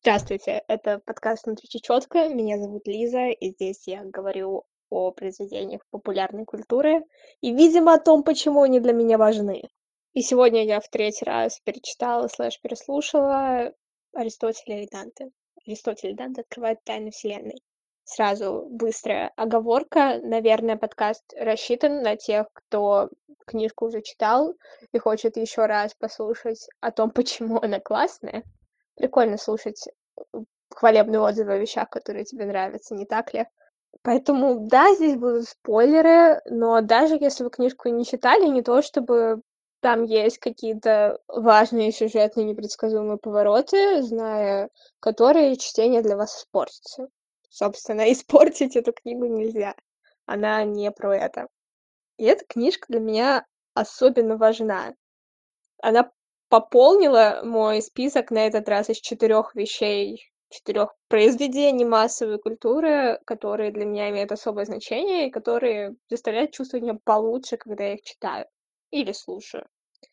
Здравствуйте, это подкаст «Внутри чечётка». Меня зовут Лиза, и здесь я говорю о произведениях популярной культуры и, видимо, о том, почему они для меня важны. И сегодня я в третий раз перечитала переслушала Аристотеля и Данте. Аристотель и Данте открывают тайны Вселенной. Сразу быстрая оговорка. Наверное, подкаст рассчитан на тех, кто книжку уже читал и хочет еще раз послушать о том, почему она классная. Прикольно слушать хвалебные отзывы о вещах, которые тебе нравятся, не так ли? Поэтому да, здесь будут спойлеры, но даже если вы книжку не читали, не то чтобы там есть какие-то важные сюжетные непредсказуемые повороты, зная которые чтение для вас испортится. Собственно, испортить эту книгу нельзя. Она не про это. И эта книжка для меня особенно важна. Она пополнила мой список на этот раз из 4 вещей, 4 произведений массовой культуры, которые для меня имеют особое значение и которые заставляют чувствовать меня получше, когда я их читаю или слушаю.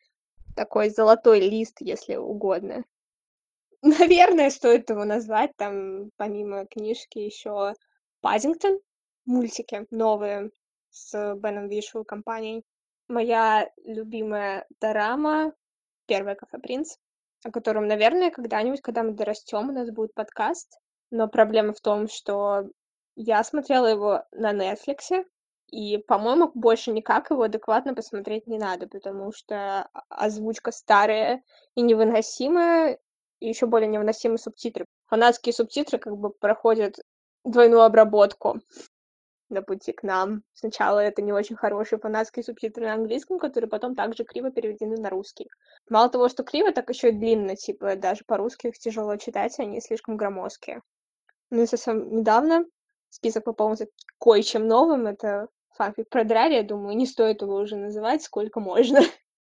Такой золотой лист, если угодно. Наверное, стоит его назвать. Там помимо книжки еще «Паддингтон», мультики новые с Беном Вишоу и компанией. Моя любимая дорама «Первое кафе Принц», о котором, наверное, когда-нибудь, когда мы дорастем, у нас будет подкаст. Но проблема в том, что я смотрела его на «Нетфликсе», и, по-моему, больше никак его адекватно посмотреть не надо, потому что озвучка старая и невыносимая, и ещё более невыносимы субтитры. Фанатские субтитры как бы проходят двойную обработку на пути к нам. Сначала это не очень хорошие фанатские субтитры на английском, которые потом также криво переведены на русский. Мало того, что криво, так ещё и длинно, типа даже по-русски их тяжело читать, они слишком громоздкие. Ну и совсем недавно список пополнился кое-чем новым. Это фанфик про Драрри. Думаю, не стоит его уже называть, сколько можно.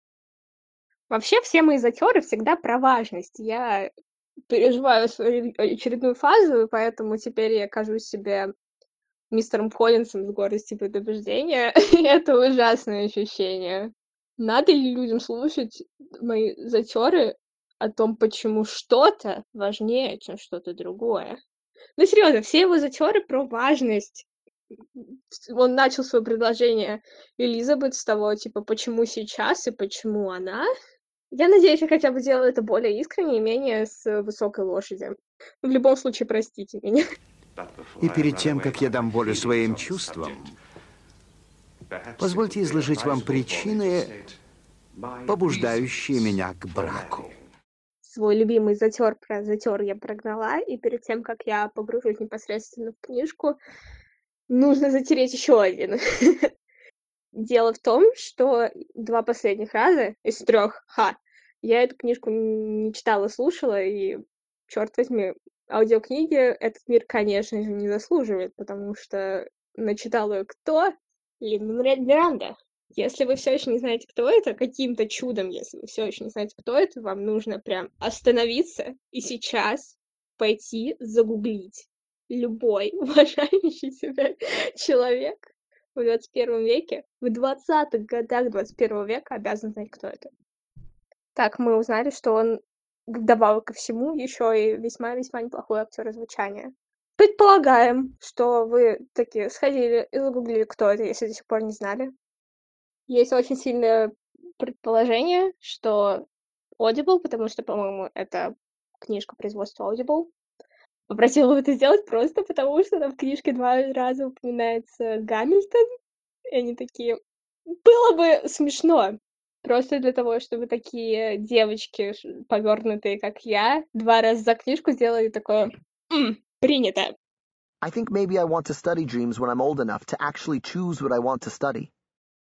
Вообще все мои затёры всегда про важность. Я переживаю свою очередную фазу, и поэтому теперь я кажусь себе мистером Коллинсом с «Гордость и предубеждение». И это ужасное ощущение. Надо ли людям слушать мои затёры о том, почему что-то важнее, чем что-то другое? Ну, серьёзно, все его затёры про важность. Он начал своё предложение Элизабет с того, типа, почему сейчас и почему она. Я надеюсь, я хотя бы делаю это более искренне и менее с высокой лошади. В любом случае, простите меня. И перед тем, как я дам волю своим чувствам, позвольте изложить вам причины, побуждающие меня к браку. Свой любимый затёр я прогнала, и перед тем, как я погружусь непосредственно в книжку, нужно затереть ещё один. Дело в том, что 2 последних раза из 3 я эту книжку не читала, слушала, и, чёрт возьми, аудиокниги этот мир, конечно же, не заслуживает, потому что начитал её кто? Лин-Мануэль Миранда. Если вы всё ещё не знаете, кто это, каким-то чудом, если вы всё ещё не знаете, кто это, вам нужно прям остановиться и сейчас пойти загуглить. Любой уважающий себя человек в 21 веке, в 20-х годах 21 века обязан знать, кто это. Так мы узнали, что он вдобавок ко всему ещё и весьма-весьма неплохой актёр озвучания. Предполагаем, что вы таки сходили и загуглили, кто это, если до сих пор не знали. Есть очень сильное предположение, что Audible, потому что, по-моему, это книжка производства Audible, попросил его это сделать просто потому, что там в книжке 2 раза упоминается Гамильтон. И они такие: «Было бы смешно». Просто для того, чтобы такие девочки повёрнутые, как я, 2 раза за книжку сделали такое: принято». I think maybe I want to study dreams when I'm old enough to actually choose what I want to study.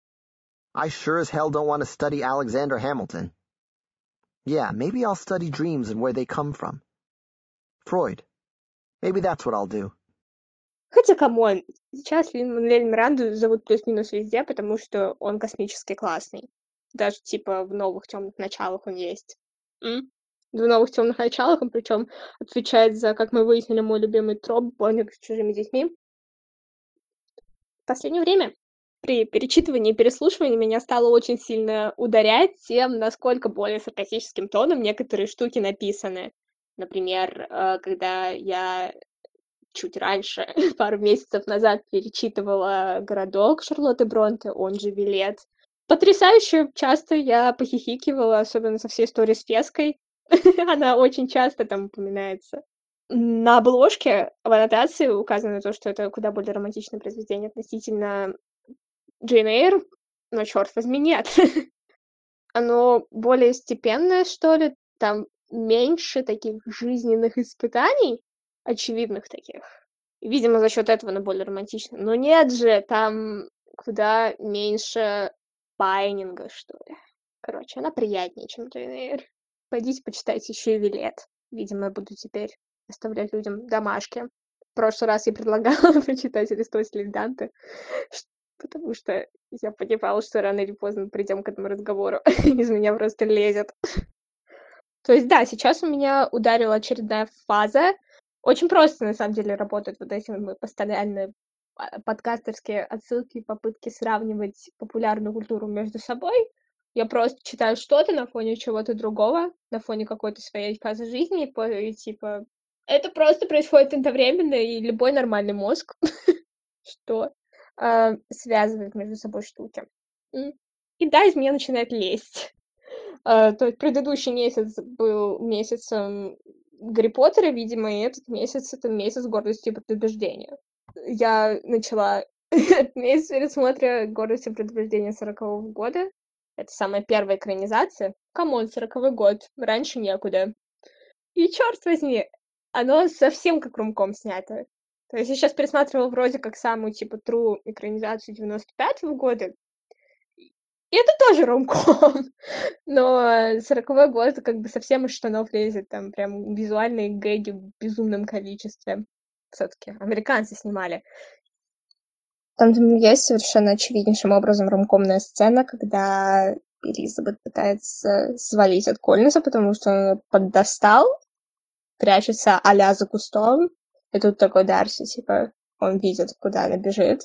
I sure as hell don't want to study Alexander Hamilton. Yeah, maybe I'll study dreams and where they come from. Freud. Maybe that's what I'll do. Хотя, камон, сейчас Лин-Мануэля Миранду зовут плюс-минус везде, потому что он космически классный. Даже типа в новых «Тёмных началах» он есть. В новых «Тёмных началах» он причём отвечает за, как мы выяснили, мой любимый троп «Боник с чужими детьми». В последнее время при перечитывании и переслушивании меня стало очень сильно ударять тем, насколько более саркастическим тоном некоторые штуки написаны. Например, когда я чуть раньше, пару месяцев назад перечитывала «Городок» Шарлотты Бронте, он же «Вилет». Потрясающе часто я похихикивала, особенно со всей историей с Феской. Она очень часто там упоминается. На обложке в аннотации указано то, что это куда более романтичное произведение относительно Джейн Эйр, но чёрт возьми, нет. Оно более степенное, что ли, там меньше таких жизненных испытаний, очевидных таких. И, видимо, за счет этого оно более романтично. Но нет же, там куда меньше пайнинга, что ли. Короче, она приятнее, чем Джейн Эйр. Пойдите почитайте еще и «Вилет». Видимо, я буду теперь оставлять людям домашки. В прошлый раз я предлагала прочитать «Аристотеля и Данте», потому что я понимала, что рано или поздно придем к этому разговору. Из меня просто лезет. То есть, да, сейчас у меня ударила очередная фаза. Очень просто, на самом деле, работают вот эти вот постоянные подкастерские отсылки, попытки сравнивать популярную культуру между собой. Я просто читаю что-то на фоне чего-то другого, на фоне какой-то своей фазы жизни, и типа, это просто происходит одновременно, и любой нормальный мозг, что связывает между собой штуки. И да, из меня начинает лезть. То есть предыдущий месяц был месяцем Гарри Поттера, видимо, и этот месяц — это месяц гордости и предубеждения. Я начала месяц пересмотра «Гордость и предубеждение» 40-го года. Это самая первая экранизация. Камон, 40-й год, раньше некуда. И чёрт возьми, оно совсем как ромком снято. То есть я сейчас пересматривала вроде как самую, типа, true экранизацию 95-го года, и это тоже ромком. Но 40-й год как бы совсем из штанов лезет. Там прям визуальные гэги в безумном количестве. Всё-таки американцы снимали. Там есть совершенно очевиднейшим образом ромкомная сцена, когда Элизабет пытается свалить от Коллинза, потому что он её поддостал, прячется а-ля за кустом, и тут такой Дарси, типа, он видит, куда она бежит.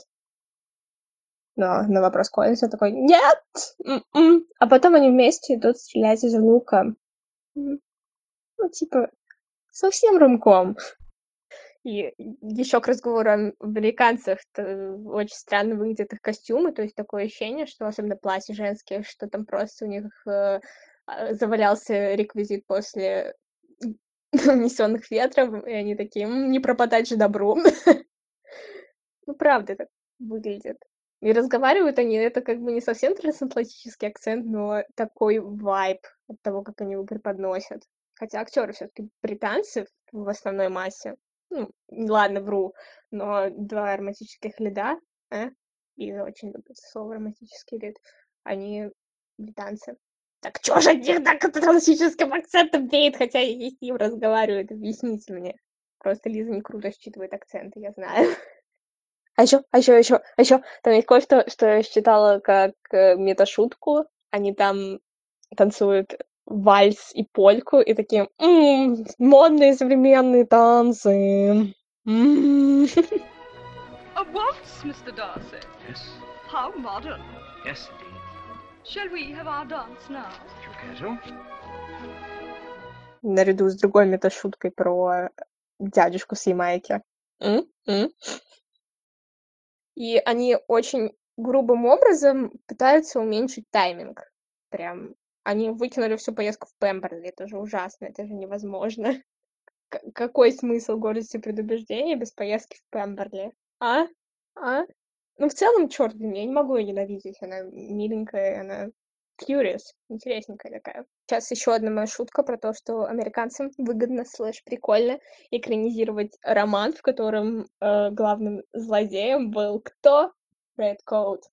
Но на вопрос Коллинза такой: «Нет! А потом они вместе идут стрелять из лука. Ну, типа, совсем ромком. И еще к разговору о американцах, очень странно выглядят их костюмы, то есть такое ощущение, что особенно платья женские, что там просто у них завалялся реквизит после унесенных ветром, и они такие: не пропадать же добру». Ну, правда так выглядит. И разговаривают они, это как бы не совсем трансатлантический акцент, но такой вайб от того, как они его преподносят. Хотя актеры все-таки британцы в основной массе. Ну, ладно, вру, но два романтических лида, Лиза очень любит слово романтический лид, они британцы. Так чё же от них так трансатлантическим акцентом веет, хотя я с ним разговариваю, объясните мне. Просто Лиза не круто считывает акценты, я знаю. А еще, там есть кое-что, что я считала как меташутку. Они там танцуют вальс и польку, и такие: модные современные танцы. A waltz, Mr. Darcy. Yes, How modern. yes, indeed. Shall we have our dance now? If you care to. Наряду с другой меташуткой про дядюшку с Ямайки. И они очень грубым образом пытаются уменьшить тайминг. Прям они выкинули всю поездку в Пемберли. Это же ужасно, это же невозможно. Какой смысл «Гордости и предубеждения» без поездки в Пемберли? А? Ну, в целом, чёрт возьми, я не могу её ненавидеть. Она миленькая, она curious, интересненькая такая. Сейчас еще одна моя шутка про то, что американцам выгодно /прикольно экранизировать роман, в котором главным злодеем был кто? Redcoat.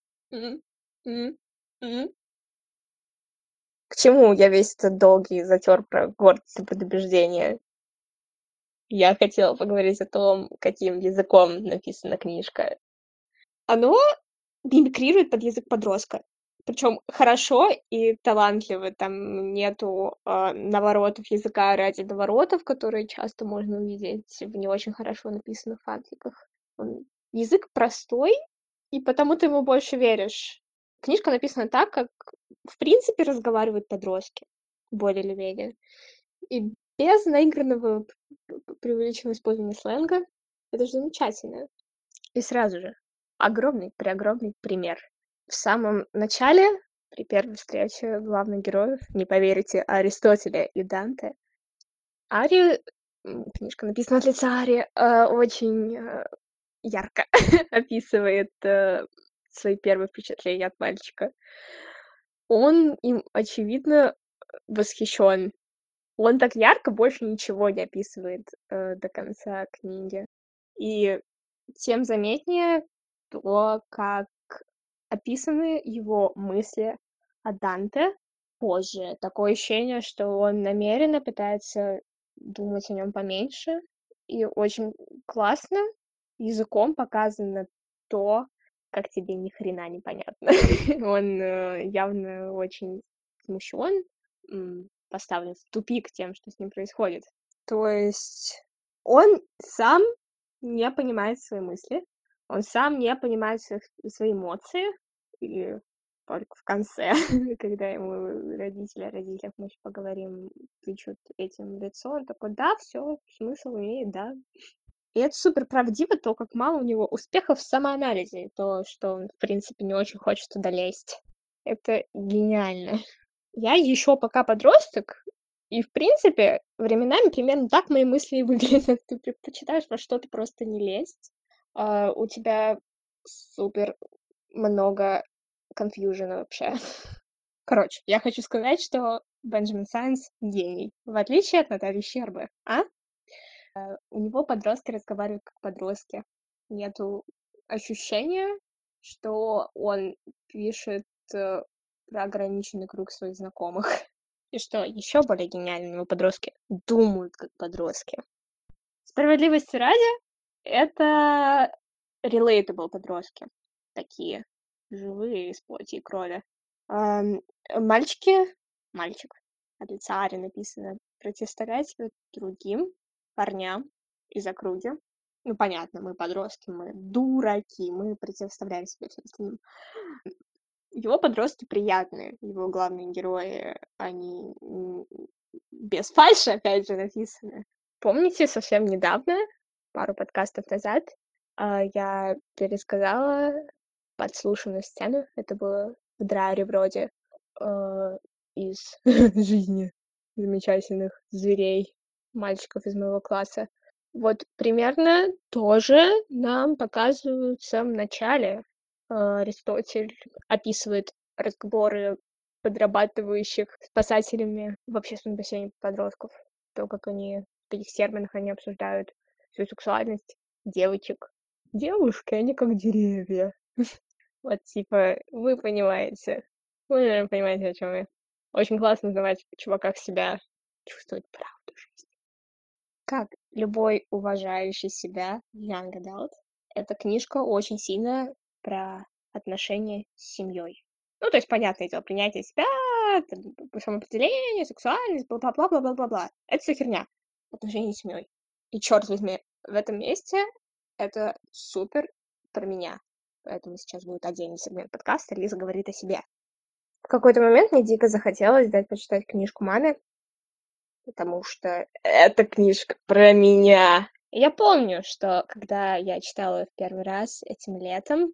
К чему я весь этот долгий затёр про «Гордость и предубеждение»? Я хотела поговорить о том, каким языком написана книжка. Оно мимикрирует под язык подростка. Причем хорошо и талантливо. Там нету наворотов языка ради наворотов, которые часто можно увидеть в не очень хорошо написанных фанфиках. Язык простой, и потому ты ему больше веришь. Книжка написана так, как в принципе разговаривают подростки, более или менее. И без наигранного преувеличенного использования сленга. Это же замечательно. И сразу же преогромный пример. В самом начале, при первой встрече главных героев, не поверите, Аристотеля и Данте, Ари, книжка написана от лица Ари, очень ярко описывает свои первые впечатления от мальчика. Он им, очевидно, восхищен. Он так ярко больше ничего не описывает до конца книги. И тем заметнее то, как описаны его мысли о Данте позже. Такое ощущение, что он намеренно пытается думать о нем поменьше. И очень классно языком показано то, как тебе ни хрена не понятно. Он явно очень смущен, поставлен в тупик тем, что с ним происходит. То есть он сам не понимает свои мысли, он сам не понимает свои эмоции, и только в конце, когда ему родители, о родителях мы еще поговорим, тычут этим в лицо, он такой, да, все, смысл имеет, да. И это супер правдиво, то, как мало у него успехов в самоанализе, и то, что он, в принципе, не очень хочет туда лезть. Это гениально. Я еще пока подросток, и, в принципе, временами примерно так мои мысли и выглядят. Ты предпочитаешь во что-то просто не лезть, у тебя супер много конфьюжена вообще. Короче, я хочу сказать, что Бенджамин Сайнс гений, в отличие от Натальи Щербы, а? У него подростки разговаривают как подростки. Нету ощущения, что он пишет про ограниченный круг своих знакомых. И что еще более гениально, у него подростки думают как подростки. Справедливости ради, это relatable подростки. Такие живые из плоти и крови. Мальчик, от лица Ари написано, противостоять другим парням из округи. Ну, понятно, мы подростки, мы дураки, мы противоставляем себя всем остальным. Его подростки приятные, его главные герои, они без фальши, опять же, написаны. Помните, совсем недавно, пару подкастов назад, я пересказала подслушанную сцену, это было в драйере вроде, из жизни замечательных зверей, мальчиков из моего класса. Вот примерно тоже нам показывают в самом начале. Аристотель описывает разговоры подрабатывающих спасателями в общественном бассейне подростков. То, как они, в каких терминах они обсуждают свою сексуальность девочек. Девушки, они как деревья. Вот, типа, вы понимаете. Вы, наверное, понимаете, о чем я. Очень классно узнавать в чуваках себя, чувствовать правду жизни. Как любой уважающий себя young adult, эта книжка очень сильно про отношения с семьей. Ну, то есть, понятное дело, принятие себя, самоопределение, сексуальность, бла-бла-бла-бла-бла-бла. Это все херня. Отношения с семьей. И черт возьми, в этом месте это супер про меня. Поэтому сейчас будет отдельный сегмент подкаста «Лиза говорит о себе». В какой-то момент мне дико захотелось дать почитать книжку маме, потому что эта книжка про меня. Я помню, что когда я читала в первый раз этим летом,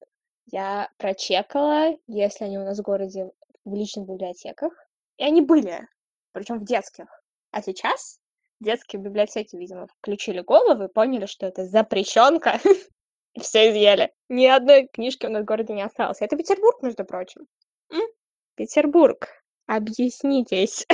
я прочекала, есть ли они у нас в городе в личных библиотеках. И они были, причем в детских. А сейчас детские библиотеки, видимо, включили головы и поняли, что это запрещенка. И все изъяли. Ни одной книжки у нас в городе не осталось. Это Петербург, между прочим. Петербург. Объяснитесь.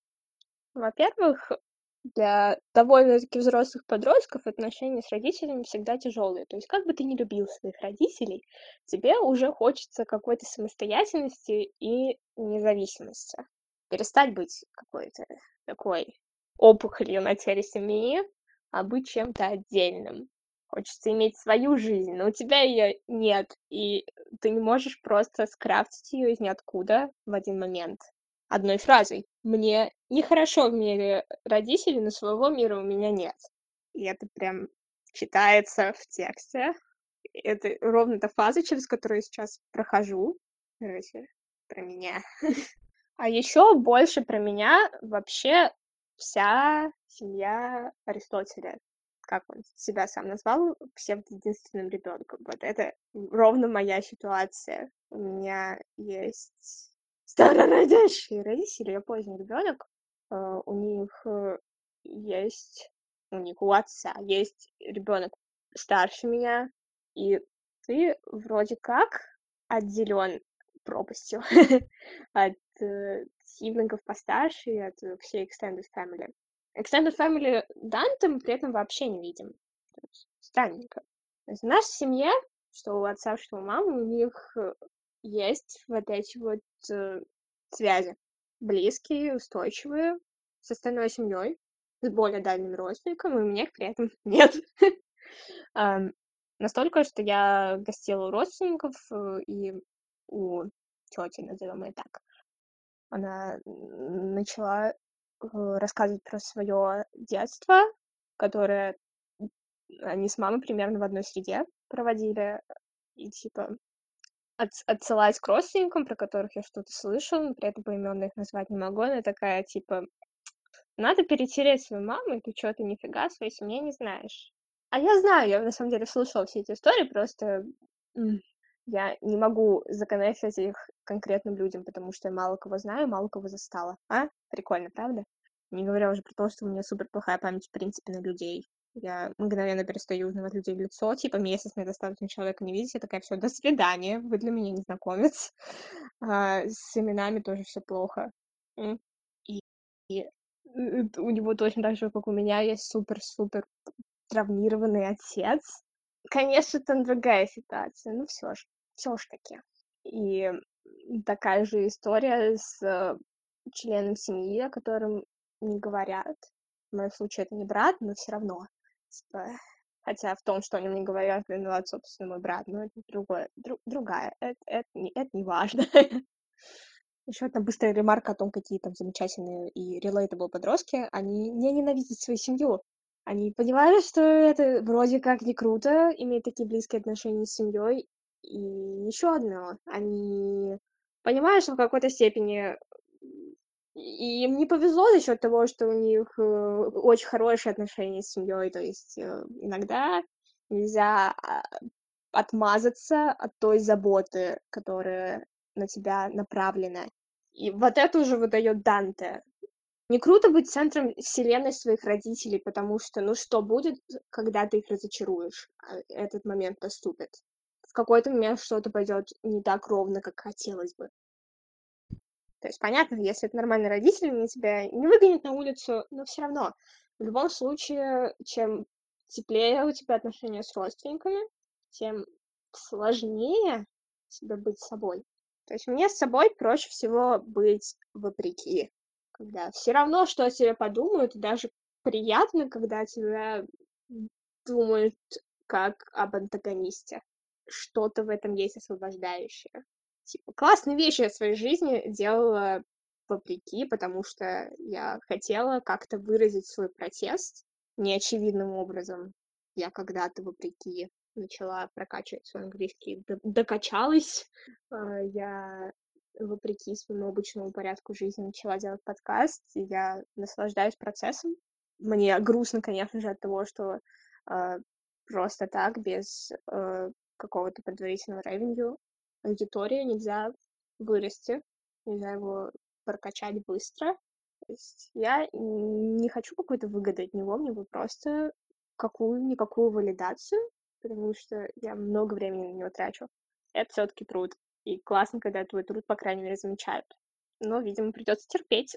Во-первых, для довольно-таки взрослых подростков отношения с родителями всегда тяжелые. То есть как бы ты ни любил своих родителей, тебе уже хочется какой-то самостоятельности и независимости. Перестать быть какой-то такой опухолью на теле семьи, а быть чем-то отдельным. Хочется иметь свою жизнь, но у тебя ее нет, и ты не можешь просто скрафтить ее из ниоткуда в один момент. Одной фразой. Мне нехорошо в мире родителей, но своего мира у меня нет. И это прям читается в тексте. Это ровно та фаза, через которую я сейчас прохожу. Короче, про меня. А еще больше про меня вообще вся семья Аристотеля, как он себя сам назвал, псевдоединственным ребенком. Вот это ровно моя ситуация. У меня есть старородящие родители, я поздний ребенок. У них есть, у отца есть ребенок старше меня, и ты вроде как отделен пропастью от сиблингов постарше и от всей extended family. Extended family Данте мы при этом вообще не видим. То есть странненько. То есть в нашей семье, что у отца, что у мамы, у них есть вот эти вот связи. Близкие, устойчивые, с остальной семьей, с более дальним родственником, и у меня их при этом нет. Настолько, что я гостила у родственников и у тети, назовем ее так. Она начала рассказывать про свое детство, которое они с мамой примерно в одной среде проводили, и типа отсылать к родственникам, про которых я что-то слышала, но при этом поименно их назвать не могу. Она такая, типа, надо перетереть свою маму, и ты что-то нифига своей семье не знаешь. А я знаю, я на самом деле слышала все эти истории, просто я не могу законнектить их конкретным людям, потому что я мало кого знаю, мало кого застала. А? Прикольно, правда? Не говоря уже про то, что у меня супер плохая память, в принципе, на людей. Я мгновенно перестаю узнавать людей в лицо, типа месяц мне достаточно человека не видеть, я такая, все, до свидания, вы для меня незнакомец. С именами тоже все плохо. И, и у него точно так же, как у меня, есть супер-супер травмированный отец. Конечно, там другая ситуация, но все ж таки. И такая же история с членом семьи, о котором не говорят. В моем случае это не брат, но все равно. Типа, хотя в том, что о нем не говорят, виноват, собственно, мой брат, но это другая. Это не важно. Еще одна быстрая ремарка о том, какие там замечательные и relatable подростки. Они не ненавидят свою семью. Они понимают, что это вроде как не круто, иметь такие близкие отношения с семьей. И еще одно. Они понимают, что в какой-то степени им не повезло за счет того, что у них очень хорошие отношения с семьей. То есть иногда нельзя отмазаться от той заботы, которая на тебя направлена. И вот это уже выдает Данте. Не круто быть центром вселенной своих родителей, потому что, ну что будет, когда ты их разочаруешь? Этот момент наступит. В какой-то момент что-то пойдет не так ровно, как хотелось бы. То есть, понятно, если это нормальные родители, они тебя не выгонят на улицу, но все равно. В любом случае, чем теплее у тебя отношения с родственниками, тем сложнее тебе быть собой. То есть мне с собой проще всего быть вопреки. Когда все равно, что о тебе подумают, и даже приятно, когда тебя думают как об антагонисте. Что-то в этом есть освобождающее. Типа, классные вещи я в своей жизни делала вопреки, потому что я хотела как-то выразить свой протест неочевидным образом. Я когда-то вопреки начала прокачивать свой английский, докачалась. Я вопреки своему обычному порядку жизни начала делать подкаст, и я наслаждаюсь процессом. Мне грустно, конечно же, от того, что просто так, без какого-то предварительного ревенью, аудиторию нельзя вырасти, нельзя его прокачать быстро. То есть я не хочу какой-то выгоды от него, мне бы просто какую-никакую валидацию, потому что я много времени на него трачу. Это все-таки труд. И классно, когда твой труд, по крайней мере, замечают. Но, видимо, придется терпеть.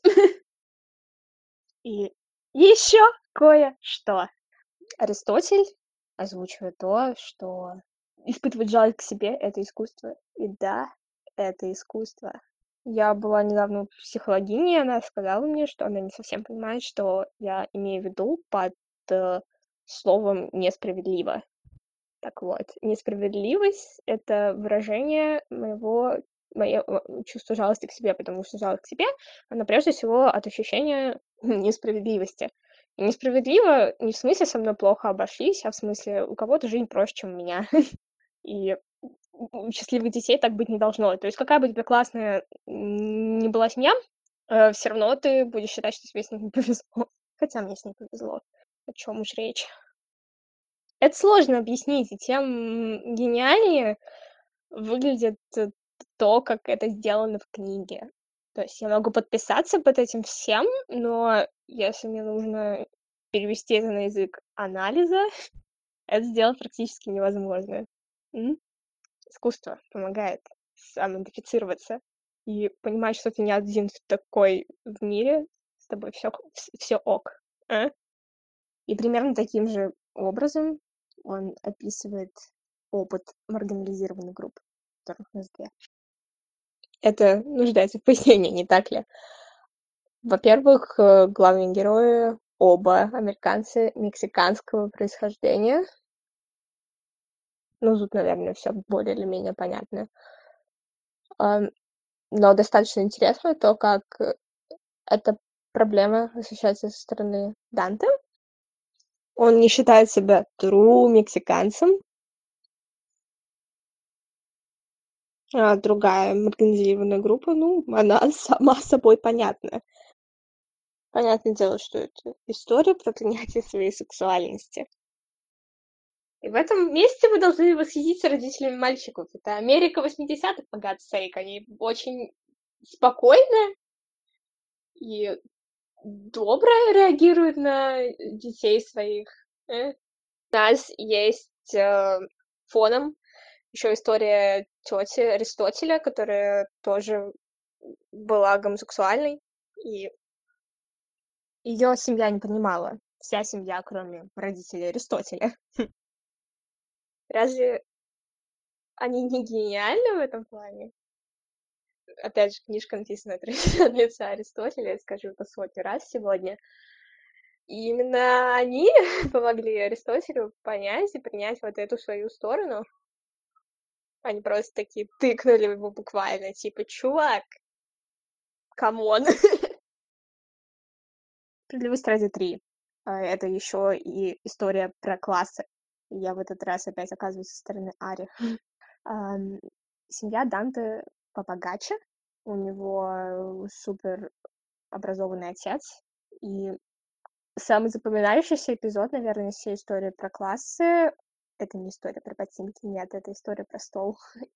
И еще кое-что. Аристотель озвучивает то, что испытывать жалость к себе — это искусство. И да, это искусство. Я была недавно у психологини, и она сказала мне, что она не совсем понимает, что я имею в виду под словом «несправедливо». Так вот, несправедливость — это выражение моего чувства жалости к себе, потому что жалость к себе, она прежде всего от ощущения несправедливости. И несправедливо не в смысле со мной плохо обошлись, а в смысле у кого-то жизнь проще, чем у меня. И у счастливых детей так быть не должно. То есть какая бы тебе классная не была семья, все равно ты будешь считать, что тебе с ним не повезло. Хотя мне с ней повезло. О чем уж речь. Это сложно объяснить, и тем гениальнее выглядит то, как это сделано в книге. То есть я могу подписаться под этим всем, но если мне нужно перевести это на язык анализа, это сделать практически невозможно. М? Искусство помогает самоидентифицироваться и понимать, что ты не один такой в мире, с тобой все ок. А? И примерно таким же образом он описывает опыт маргинализированных групп, которых у нас две. Это нуждается в пояснении, не так ли? Во-первых, главные герои оба американцы мексиканского происхождения. Ну, тут, наверное, все более или менее понятно. Но достаточно интересно то, как эта проблема освещается со стороны Данте. Он не считает себя true мексиканцем, а другая маргинализированная группа, ну, она сама собой понятна. Понятное дело, что это история про принятие своей сексуальности. И в этом месте мы должны восхититься родителями мальчиков. Это Америка 80-х, for God's sake. Они очень спокойно и добро реагируют на детей своих. У нас есть фоном еще история тети Аристотеля, которая тоже была гомосексуальной, и ее семья не понимала. Вся семья, кроме родителей Аристотеля. Разве они не гениальны в этом плане? Опять же, книжка написана от лица Аристотеля, я скажу это сотню раз сегодня. И именно они помогли Аристотелю понять и принять вот эту свою сторону. Они просто такие тыкнули его буквально, типа, чувак, камон. Справедливость ради 3. Это еще и история про классы. Я в этот раз опять оказываюсь со стороны Ари. Семья Данте побогаче. У него супер образованный отец. И самый запоминающийся эпизод, наверное, из всей истории про классы. Это не история про ботинки, нет, это история про стол.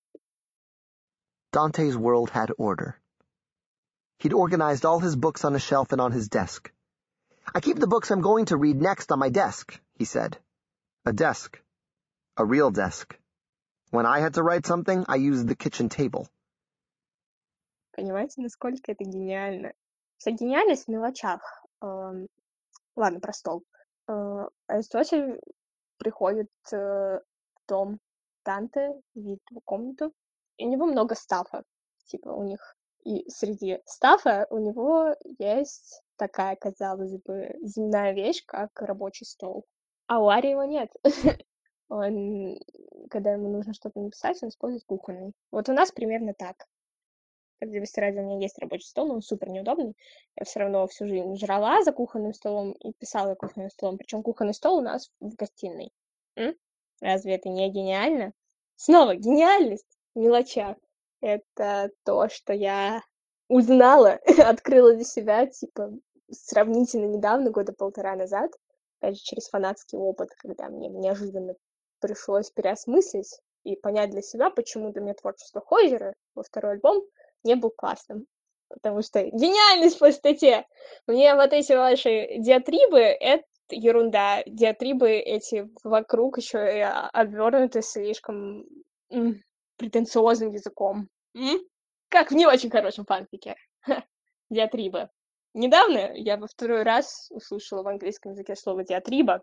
Dante's world had order. He'd organized all his books on a shelf and on his desk. I keep the books I'm going to read next on my desk, he said. A desk. A real desk. When I had to write something, I used the kitchen table. Понимаете, насколько это гениально? Вся гениальность в мелочах. Ладно, про стол. Аристотель приходит в дом Данте, видит его комнату, и у него много стафа. Типа у них и среди стафа у него есть такая, казалось бы, земная вещь, как рабочий стол. А у Ари его нет. Он, когда ему нужно что-то написать, он использует кухонный. Вот у нас примерно так. Справедливости ради, у меня есть рабочий стол, но он супер неудобный. Я все равно всю жизнь жрала за кухонным столом и писала за кухонным столом. Причем кухонный стол у нас в гостиной. Разве это не гениально? Снова гениальность в мелочах. Это то, что я узнала, открыла для себя, типа, сравнительно недавно, года 1,5 назад. Опять же, через фанатский опыт, когда мне неожиданно пришлось переосмыслить и понять для себя, почему для меня творчество Хойзера во второй альбом не был классным. Потому что гениальность в пустоте! Мне вот эти ваши диатрибы — это ерунда. Диатрибы эти вокруг еще и обвернуты слишком претенциозным языком. Как в не очень хорошем фанфике. Диатрибы. Недавно я во второй раз услышала в английском языке слово диатриба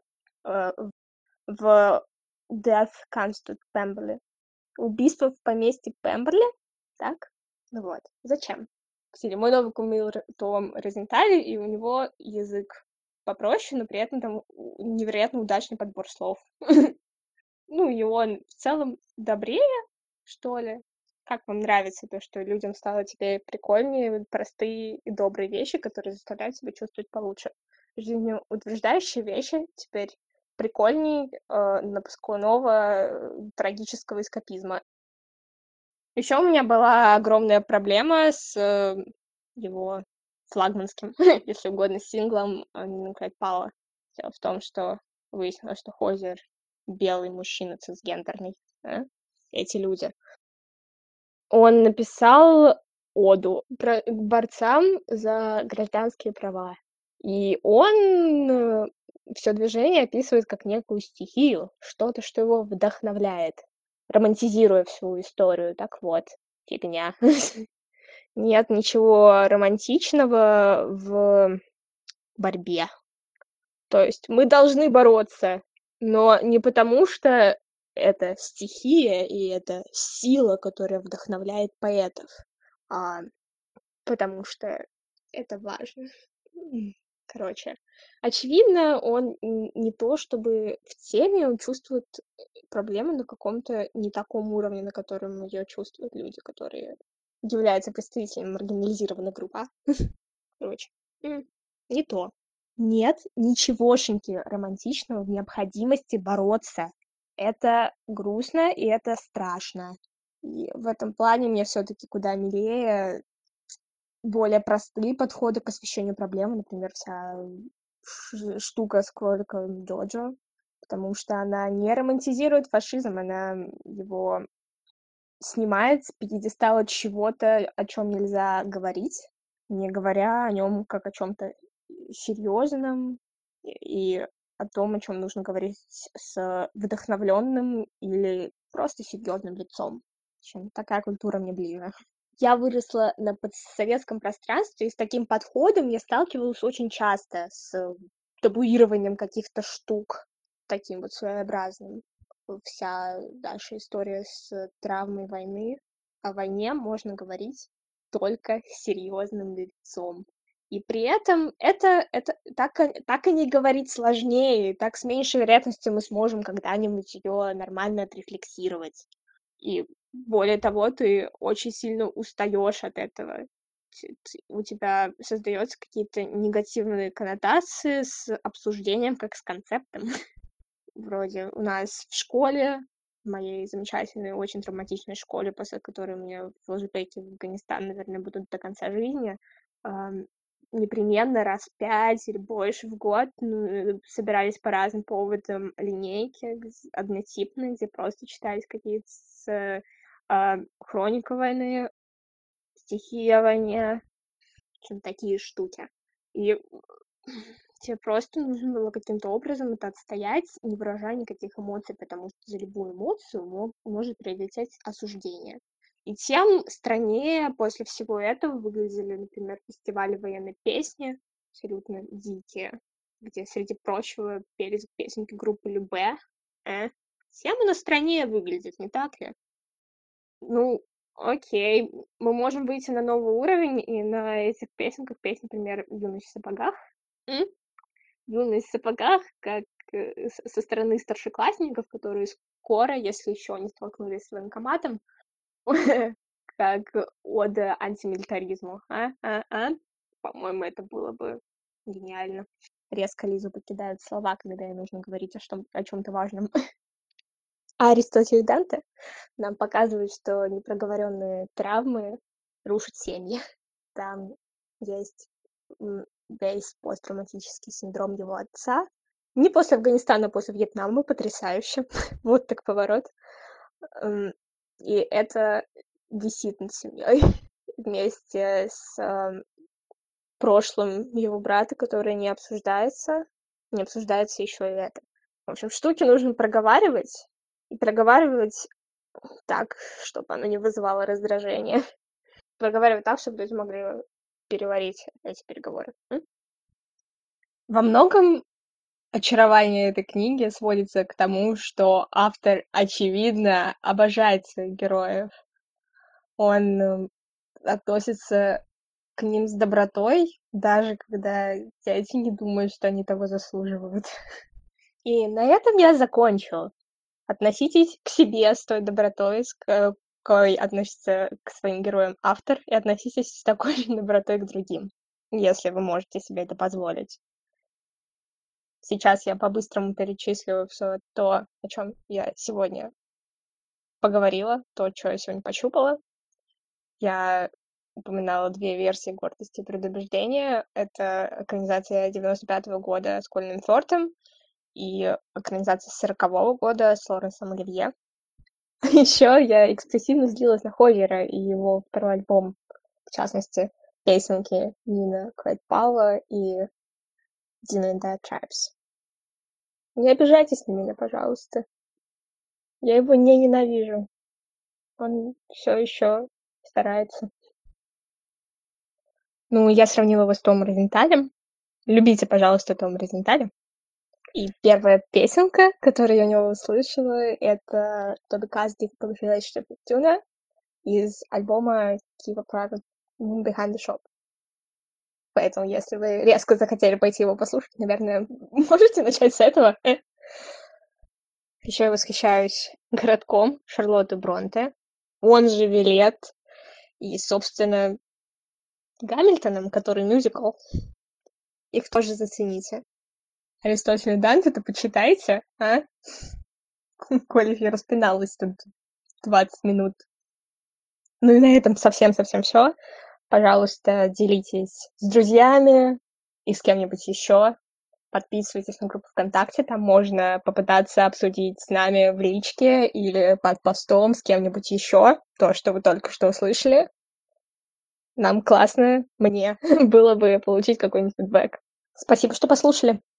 в Death Comes to Pemberley. Убийство в поместье Пемберли? Так? Ну вот. Зачем? Кстати, мой новый кумир Том Розенталь, и у него язык попроще, но при этом там невероятно удачный подбор слов. Ну, и он в целом добрее, что ли. Как вам нравится то, что людям стало теперь прикольнее простые и добрые вещи, которые заставляют себя чувствовать получше? Жизнеутверждающие вещи теперь прикольней напускного трагического эскапизма. Еще у меня была огромная проблема с его флагманским, если угодно, синглом Midnight Power. Дело в том, что выяснилось, что Хозер белый мужчина цисгендерный. Эти люди. Он написал оду к борцам за гражданские права. И он все движение описывает как некую стихию, что-то, что его вдохновляет, романтизируя всю историю. Так вот, фигня. Нет ничего романтичного в борьбе. То есть мы должны бороться, но не потому, что это стихия и это сила, которая вдохновляет поэтов, а потому что это важно. Короче, очевидно, он не то чтобы в теме, он чувствует проблему на каком-то не таком уровне, на котором ее чувствуют люди, которые являются представителями маргинализированной группы. Короче, не то. Нет ничегошеньки романтичного в необходимости бороться. Это грустно и это страшно. И в этом плане мне все-таки куда милее более простые подходы к освещению проблемы, например, вся штука с кроликом Джоджо, потому что она не романтизирует фашизм, она его снимает с пьедестала чего-то, о чем нельзя говорить, не говоря о нем как о чем-то серьезном и о том, о чем нужно говорить с вдохновленным или просто серьезным лицом. В общем, такая культура мне ближе. Я выросла на постсоветском пространстве, и с таким подходом я сталкивалась очень часто, с табуированием каких-то штук, таким вот своеобразным. Вся наша история с травмой войны. О войне можно говорить только серьезным лицом. И при этом это так и не говорить сложнее, и так с меньшей вероятностью мы сможем когда-нибудь ее нормально отрефлексировать. И более того, ты очень сильно устаешь от этого. У тебя создаются какие-то негативные коннотации с обсуждением как с концептом. Вроде у нас в школе, в моей замечательной, очень травматичной школе, после которой мне флешбеки в Афганистан, наверное, будут до конца жизни, непременно раз 5 или больше в год собирались по разным поводам линейки однотипные, где просто читались какие-то хроника войны, стихи о войне, в общем, такие штуки. И тебе просто нужно было каким-то образом это отстоять, не выражая никаких эмоций, потому что за любую эмоцию может прилететь осуждение. И тем страннее после всего этого выглядели, например, фестивали военной песни, абсолютно дикие, где, среди прочего, пели песенки группы Любэ. Тем оно страннее выглядит, не так ли? Ну, окей, мы можем выйти на новый уровень и на этих песенках петь, например, «Юность в сапогах». «Юность в сапогах», как со стороны старшеклассников, которые скоро, если еще не столкнулись с военкоматом, как ода антимилитаризму. По-моему, это было бы гениально. Резко Лизу покидают слова, когда ей нужно говорить о чем-то важном. А Аристотель и Данте нам показывают, что непроговоренные травмы рушат семьи. Там есть весь посттравматический синдром его отца. Не после Афганистана, а после Вьетнама. Потрясающе. Вот так поворот. И это висит над семьей вместе с прошлым его брата, которое не обсуждается. Не обсуждается еще и это. В общем, штуки нужно проговаривать. И проговаривать так, чтобы оно не вызывало раздражения. Проговаривать так, чтобы люди могли переварить эти переговоры. Во многом очарование этой книги сводится к тому, что автор, очевидно, обожает своих героев. Он относится к ним с добротой, даже когда эти не думают, что они того заслуживают. И на этом я закончу. Относитесь к себе с той добротой, с какой относится к своим героям автор, и относитесь с такой же добротой к другим, если вы можете себе это позволить. Сейчас я по-быстрому перечислю все то, о чем я сегодня поговорила, то, что я сегодня пощупала. Я упоминала две версии «Гордости и предубеждения». Это экранизация 95-го года с Колином Фёртом и экранизация 40-го года с Лоренсом Оливье. Еще я экспрессивно злилась на Ховера и его второй альбом, в частности, песенки Нина Квайтпала и Dina and Dead Tribes. Не обижайтесь на меня, пожалуйста. Я его не ненавижу. Он все еще старается. Ну, я сравнила его с Томом Розенталем. Любите, пожалуйста, Тома Розенталя. И первая песенка, которую я у него услышала, это Toby Cass Difficult Relationship with Tuna из альбома Keep a Private Moon Behind the Shop. Поэтому, если вы резко захотели пойти его послушать, наверное, можете начать с этого. Еще я восхищаюсь городком Шарлотты Бронте, он же Вилет, и, собственно, Гамильтоном, который мюзикл. Их тоже зацените. Аристотеля Данте-то почитайте, а? Коли я распиналась тут 20 минут. Ну и на этом совсем-совсем все. Пожалуйста, делитесь с друзьями и с кем-нибудь еще. Подписывайтесь на группу ВКонтакте, там можно попытаться обсудить с нами в личке или под постом с кем-нибудь еще то, что вы только что услышали. Нам классно, мне было бы получить какой-нибудь фидбэк. Спасибо, что послушали.